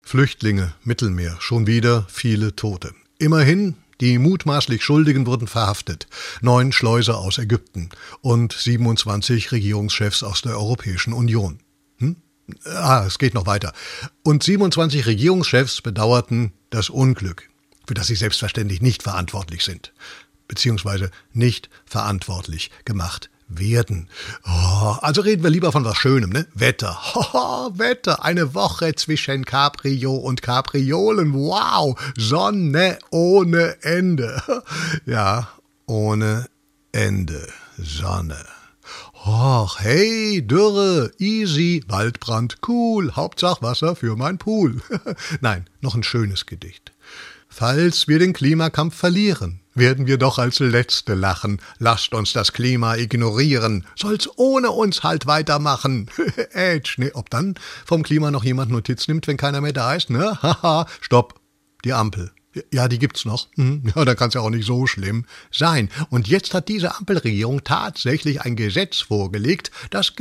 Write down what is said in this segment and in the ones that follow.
Flüchtlinge, Mittelmeer, schon wieder viele Tote. Immerhin, die mutmaßlich Schuldigen wurden verhaftet. 9 Schleuser aus Ägypten und 27 Regierungschefs aus der Europäischen Union. Es geht noch weiter. Und 27 Regierungschefs bedauerten das Unglück, für das sie selbstverständlich nicht verantwortlich sind, beziehungsweise nicht verantwortlich gemacht werden. Also reden wir lieber von was Schönem, ne? Wetter. Wetter. Eine Woche zwischen Caprio und Capriolen. Wow. Sonne ohne Ende. Ja, ohne Ende. Sonne. Hey, Dürre, easy, Waldbrand, cool, Hauptsache Wasser für mein Pool. Nein, noch ein schönes Gedicht. Falls wir den Klimakampf verlieren, werden wir doch als Letzte lachen. Lasst uns das Klima ignorieren, soll's ohne uns halt weitermachen. Ob dann vom Klima noch jemand Notiz nimmt, wenn keiner mehr da ist, ne? Haha, stopp, die Ampel. Ja, die gibt's noch. Ja, da kann's ja auch nicht so schlimm sein. Und jetzt hat diese Ampelregierung tatsächlich ein Gesetz vorgelegt, das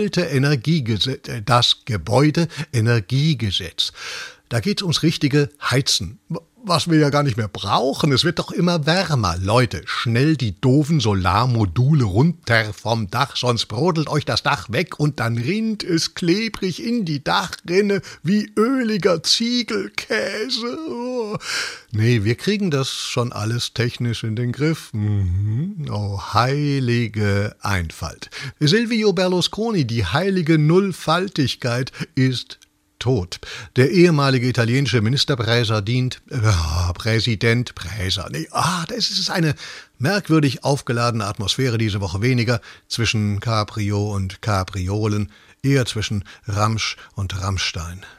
Gebäudeenergiegesetz. Da geht's ums richtige Heizen. Was wir ja gar nicht mehr brauchen. Es wird doch immer wärmer. Leute, schnell die doofen Solarmodule runter vom Dach, sonst brodelt euch das Dach weg und dann rinnt es klebrig in die Dachrinne wie öliger Ziegelkäse. Nee, wir kriegen das schon alles technisch in den Griff. Oh, heilige Einfalt. Silvio Berlusconi, die heilige Nullfaltigkeit, ist tot. Der ehemalige italienische Ministerpräsident das ist eine merkwürdig aufgeladene Atmosphäre diese Woche weniger zwischen Caprio und Capriolen, eher zwischen Ramsch und Rammstein.